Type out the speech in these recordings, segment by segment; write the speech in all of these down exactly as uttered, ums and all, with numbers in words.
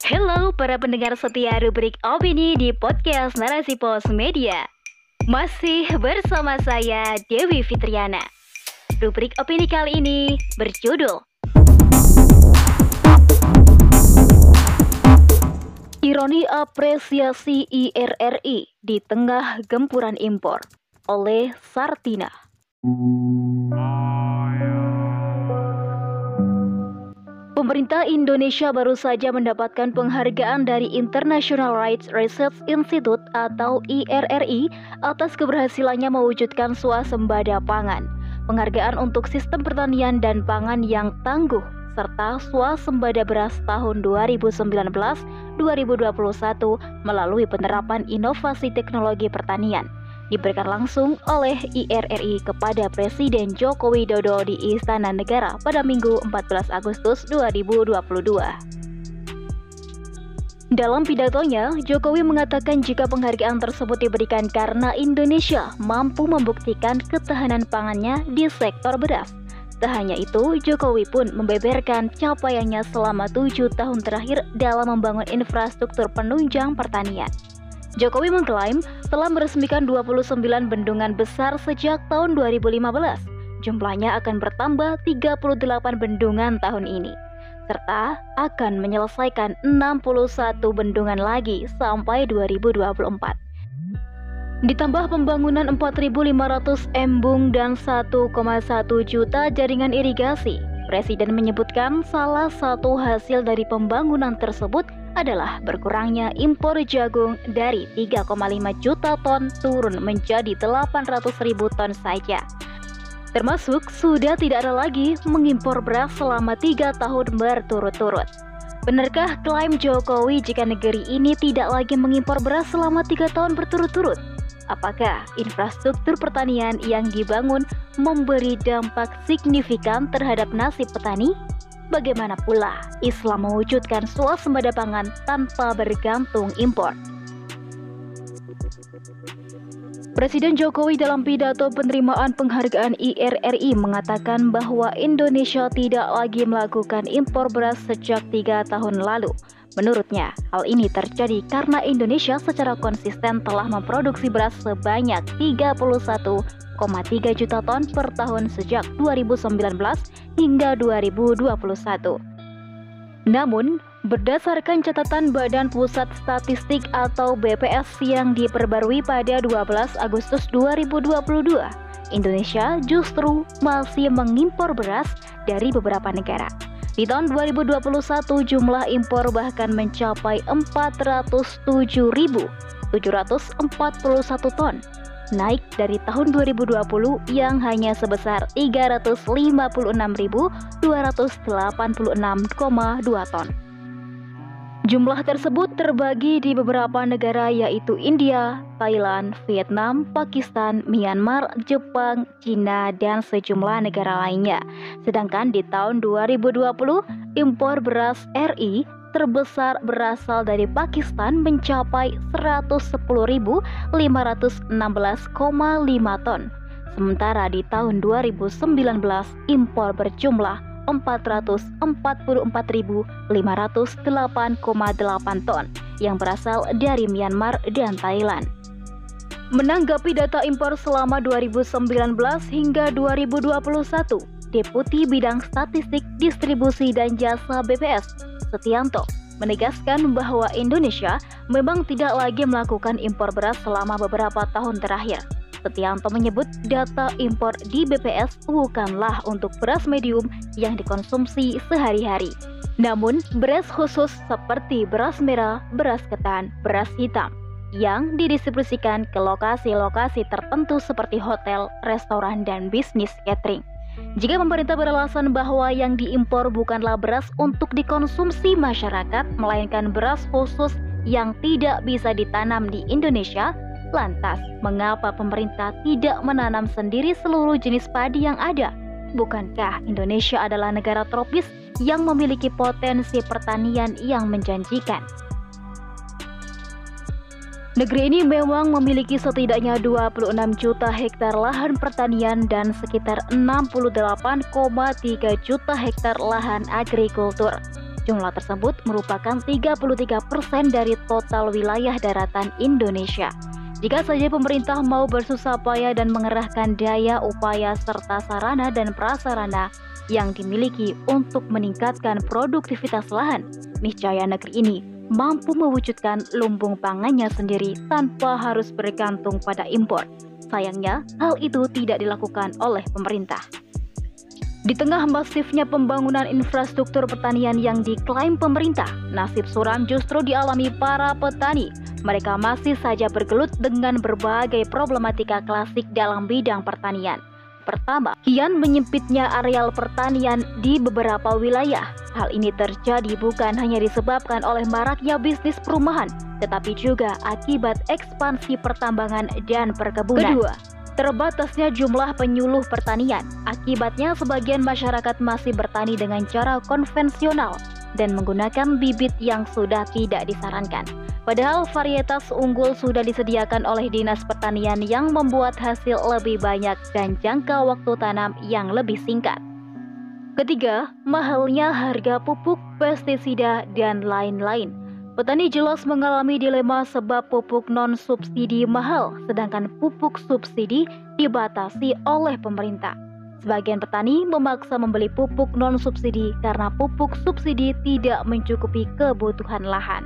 Halo para pendengar setia rubrik opini di podcast Narasi Pos Media. Masih bersama saya Dewi Fitriana. Rubrik opini kali ini berjudul Ironi Apresiasi I R R I di Tengah Gempuran Impor oleh Sartina. Pemerintah Indonesia baru saja mendapatkan penghargaan dari International Rights Research Institute atau I R R I atas keberhasilannya mewujudkan swasembada pangan. Penghargaan untuk sistem pertanian dan pangan yang tangguh serta swasembada beras tahun dua ribu sembilan belas dua ribu dua puluh satu melalui penerapan inovasi teknologi pertanian diberikan langsung oleh I R R I kepada Presiden Joko Widodo di Istana Negara pada Minggu empat belas Agustus dua ribu dua puluh dua. Dalam pidatonya, Jokowi mengatakan jika penghargaan tersebut diberikan karena Indonesia mampu membuktikan ketahanan pangannya di sektor beras. Tak hanya itu, Jokowi pun membeberkan capaiannya selama tujuh tahun terakhir dalam membangun infrastruktur penunjang pertanian. Jokowi mengklaim telah meresmikan dua puluh sembilan bendungan besar sejak tahun dua ribu lima belas. Jumlahnya akan bertambah tiga puluh delapan bendungan tahun ini, serta akan menyelesaikan enam puluh satu bendungan lagi sampai dua ribu dua puluh empat. Ditambah pembangunan empat ribu lima ratus embung dan satu koma satu juta jaringan irigasi. Presiden menyebutkan salah satu hasil dari pembangunan tersebut adalah berkurangnya impor jagung dari tiga koma lima juta ton turun menjadi delapan ratus ribu ton saja. Termasuk sudah tidak ada lagi mengimpor beras selama tiga tahun berturut-turut. Benarkah klaim Jokowi jika negeri ini tidak lagi mengimpor beras selama tiga tahun berturut-turut? Apakah infrastruktur pertanian yang dibangun memberi dampak signifikan terhadap nasib petani? Bagaimana pula Islam mewujudkan swasembada pangan tanpa bergantung impor? Presiden Jokowi dalam pidato penerimaan penghargaan I R R I mengatakan bahwa Indonesia tidak lagi melakukan impor beras sejak tiga tahun lalu. Menurutnya, hal ini terjadi karena Indonesia secara konsisten telah memproduksi beras sebanyak tiga puluh satu koma tiga juta ton per tahun sejak dua ribu sembilan belas hingga dua ribu dua puluh satu. Namun, berdasarkan catatan Badan Pusat Statistik atau B P S yang diperbarui pada dua belas Agustus dua ribu dua puluh dua, Indonesia justru masih mengimpor beras dari beberapa negara. Di tahun dua ribu dua puluh satu, jumlah impor bahkan mencapai empat ratus tujuh ribu tujuh ratus empat puluh satu ton, naik dari tahun dua ribu dua puluh yang hanya sebesar tiga ratus lima puluh enam ribu dua ratus delapan puluh enam koma dua ton. Jumlah tersebut terbagi di beberapa negara yaitu India, Thailand, Vietnam, Pakistan, Myanmar, Jepang, Cina, dan sejumlah negara lainnya. Sedangkan di tahun dua ribu dua puluh, impor beras R I terbesar berasal dari Pakistan mencapai seratus sepuluh ribu lima ratus enam belas koma lima ton. Sementara di tahun dua ribu sembilan belas, impor berjumlah empat ratus empat puluh empat ribu lima ratus delapan koma delapan ton yang berasal dari Myanmar dan Thailand. Menanggapi data impor selama dua ribu sembilan belas hingga dua ribu dua puluh satu, Deputi Bidang Statistik, Distribusi dan Jasa B P S, Setianto, menegaskan bahwa Indonesia memang tidak lagi melakukan impor beras selama beberapa tahun terakhir. Setianto menyebut data impor di B P S bukanlah untuk beras medium yang dikonsumsi sehari-hari, namun beras khusus seperti beras merah, beras ketan, beras hitam yang didistribusikan ke lokasi-lokasi tertentu seperti hotel, restoran, dan bisnis catering. Jika pemerintah beralasan bahwa yang diimpor bukanlah beras untuk dikonsumsi masyarakat, melainkan beras khusus yang tidak bisa ditanam di Indonesia, lantas, mengapa pemerintah tidak menanam sendiri seluruh jenis padi yang ada? Bukankah Indonesia adalah negara tropis yang memiliki potensi pertanian yang menjanjikan? Negeri ini memang memiliki setidaknya dua puluh enam juta hektar lahan pertanian dan sekitar enam puluh delapan koma tiga juta hektar lahan agrikultur. Jumlah tersebut merupakan tiga puluh tiga persen dari total wilayah daratan Indonesia. Jika saja pemerintah mau bersusah payah dan mengerahkan daya upaya serta sarana dan prasarana yang dimiliki untuk meningkatkan produktivitas lahan, niscaya negeri ini mampu mewujudkan lumbung pangannya sendiri tanpa harus bergantung pada impor. Sayangnya, hal itu tidak dilakukan oleh pemerintah. Di tengah masifnya pembangunan infrastruktur pertanian yang diklaim pemerintah, nasib suram justru dialami para petani. Mereka masih saja bergelut dengan berbagai problematika klasik dalam bidang pertanian. Pertama, kian menyempitnya areal pertanian di beberapa wilayah. Hal ini terjadi bukan hanya disebabkan oleh maraknya bisnis perumahan, tetapi juga akibat ekspansi pertambangan dan perkebunan. Kedua, terbatasnya jumlah penyuluh pertanian. Akibatnya sebagian masyarakat masih bertani dengan cara konvensional dan menggunakan bibit yang sudah tidak disarankan. Padahal varietas unggul sudah disediakan oleh Dinas Pertanian yang membuat hasil lebih banyak dan jangka waktu tanam yang lebih singkat. Ketiga, mahalnya harga pupuk, pestisida, dan lain-lain. Petani jelas mengalami dilema sebab pupuk non-subsidi mahal, sedangkan pupuk subsidi dibatasi oleh pemerintah. Sebagian petani memaksa membeli pupuk non-subsidi karena pupuk subsidi tidak mencukupi kebutuhan lahan.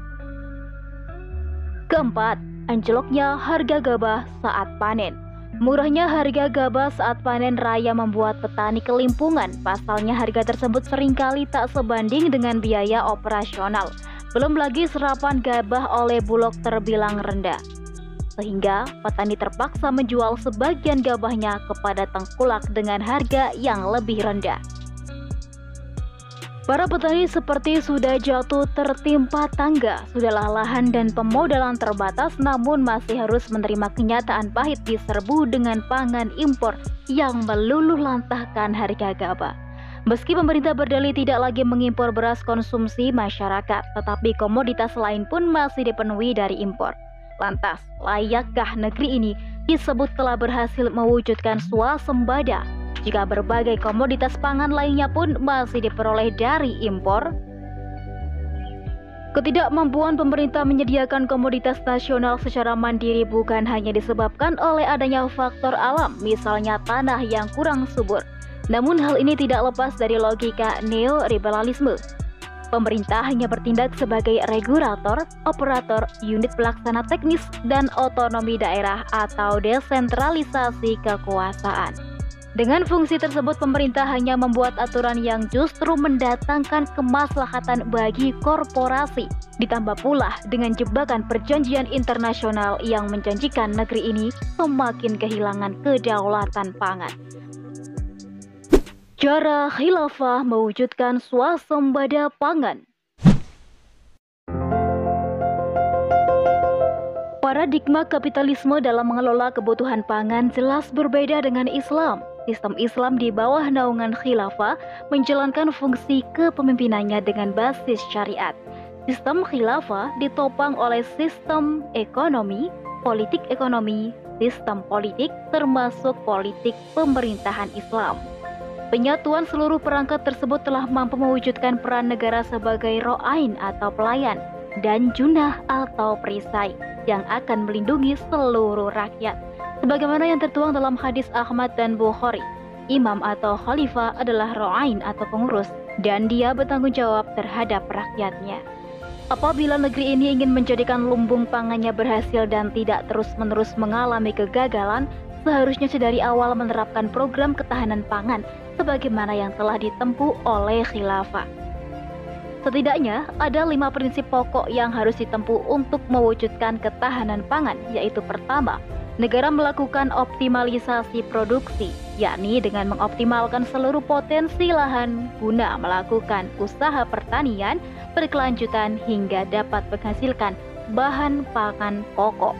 Keempat, anjloknya harga gabah saat panen. Murahnya harga gabah saat panen raya membuat petani kelimpungan. Pasalnya harga tersebut seringkali tak sebanding dengan biaya operasional. Belum lagi serapan gabah oleh Bulog terbilang rendah. Sehingga petani terpaksa menjual sebagian gabahnya kepada tengkulak dengan harga yang lebih rendah. Para petani seperti sudah jatuh tertimpa tangga, sudahlah lahan dan pemodalan terbatas namun masih harus menerima kenyataan pahit diserbu dengan pangan impor yang meluluh lantahkan harga gabah. Meski pemerintah berdalih tidak lagi mengimpor beras konsumsi masyarakat, tetapi komoditas lain pun masih dipenuhi dari impor. Lantas, layakkah negeri ini disebut telah berhasil mewujudkan swasembada jika berbagai komoditas pangan lainnya pun masih diperoleh dari impor? Ketidakmampuan pemerintah menyediakan komoditas nasional secara mandiri bukan hanya disebabkan oleh adanya faktor alam, misalnya tanah yang kurang subur. Namun hal ini tidak lepas dari logika neoliberalisme. Pemerintah hanya bertindak sebagai regulator, operator, unit pelaksana teknis, dan otonomi daerah atau desentralisasi kekuasaan. Dengan fungsi tersebut, pemerintah hanya membuat aturan yang justru mendatangkan kemaslahatan bagi korporasi. Ditambah pula dengan jebakan perjanjian internasional yang menjanjikan negeri ini semakin kehilangan kedaulatan pangan. Cara khilafah mewujudkan swasembada pangan. Paradigma kapitalisme dalam mengelola kebutuhan pangan jelas berbeda dengan Islam. Sistem Islam di bawah naungan khilafah menjalankan fungsi kepemimpinannya dengan basis syariat. Sistem khilafah ditopang oleh sistem ekonomi, politik ekonomi, sistem politik termasuk politik pemerintahan Islam. Penyatuan seluruh perangkat tersebut telah mampu mewujudkan peran negara sebagai ro'ain atau pelayan dan junah atau perisai yang akan melindungi seluruh rakyat. Sebagaimana yang tertuang dalam hadis Ahmad dan Bukhari, imam atau khalifah adalah ro'ain atau pengurus dan dia bertanggung jawab terhadap rakyatnya. Apabila negeri ini ingin menjadikan lumbung pangannya berhasil dan tidak terus-menerus mengalami kegagalan, seharusnya sedari awal menerapkan program ketahanan pangan sebagaimana yang telah ditempuh oleh khilafah. Setidaknya ada lima prinsip pokok yang harus ditempuh untuk mewujudkan ketahanan pangan, yaitu pertama, negara melakukan optimalisasi produksi, yakni dengan mengoptimalkan seluruh potensi lahan guna melakukan usaha pertanian berkelanjutan hingga dapat menghasilkan bahan pangan pokok.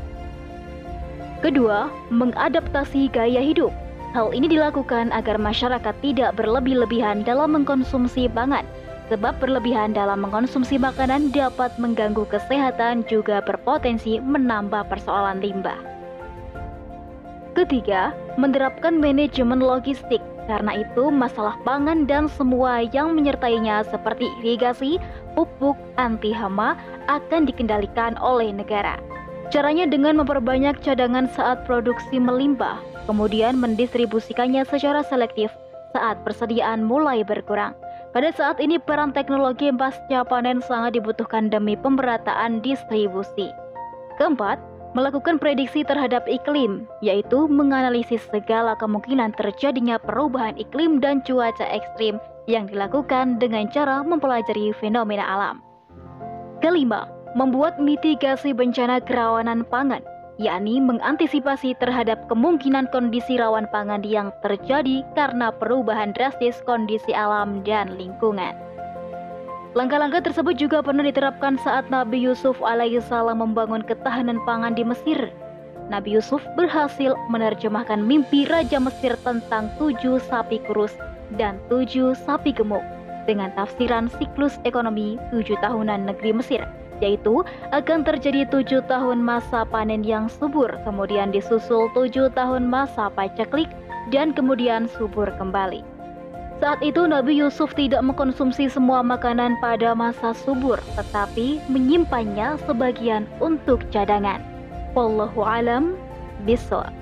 Kedua, mengadaptasi gaya hidup. Hal ini dilakukan agar masyarakat tidak berlebih-lebihan dalam mengkonsumsi pangan, sebab berlebihan dalam mengkonsumsi makanan dapat mengganggu kesehatan juga berpotensi menambah persoalan limbah. Ketiga, menerapkan manajemen logistik. Karena itu, masalah pangan dan semua yang menyertainya seperti irigasi, pupuk, anti hama akan dikendalikan oleh negara. Caranya dengan memperbanyak cadangan saat produksi melimpah, kemudian mendistribusikannya secara selektif saat persediaan mulai berkurang. Pada saat ini peran teknologi pasca panen sangat dibutuhkan demi pemerataan distribusi. Keempat, melakukan prediksi terhadap iklim, yaitu menganalisis segala kemungkinan terjadinya perubahan iklim dan cuaca ekstrim yang dilakukan dengan cara mempelajari fenomena alam. Kelima, membuat mitigasi bencana kerawanan pangan, yakni mengantisipasi terhadap kemungkinan kondisi rawan pangan yang terjadi karena perubahan drastis kondisi alam dan lingkungan. Langkah-langkah tersebut juga pernah diterapkan saat Nabi Yusuf alaihissalam membangun ketahanan pangan di Mesir. Nabi Yusuf berhasil menerjemahkan mimpi Raja Mesir tentang tujuh sapi kurus dan tujuh sapi gemuk dengan tafsiran siklus ekonomi tujuh tahunan negeri Mesir, yaitu akan terjadi tujuh tahun masa panen yang subur, kemudian disusul tujuh tahun masa paceklik, dan kemudian subur kembali. Saat itu Nabi Yusuf tidak mengkonsumsi semua makanan pada masa subur, tetapi menyimpannya sebagian untuk cadangan. Wallahu alam bishawab.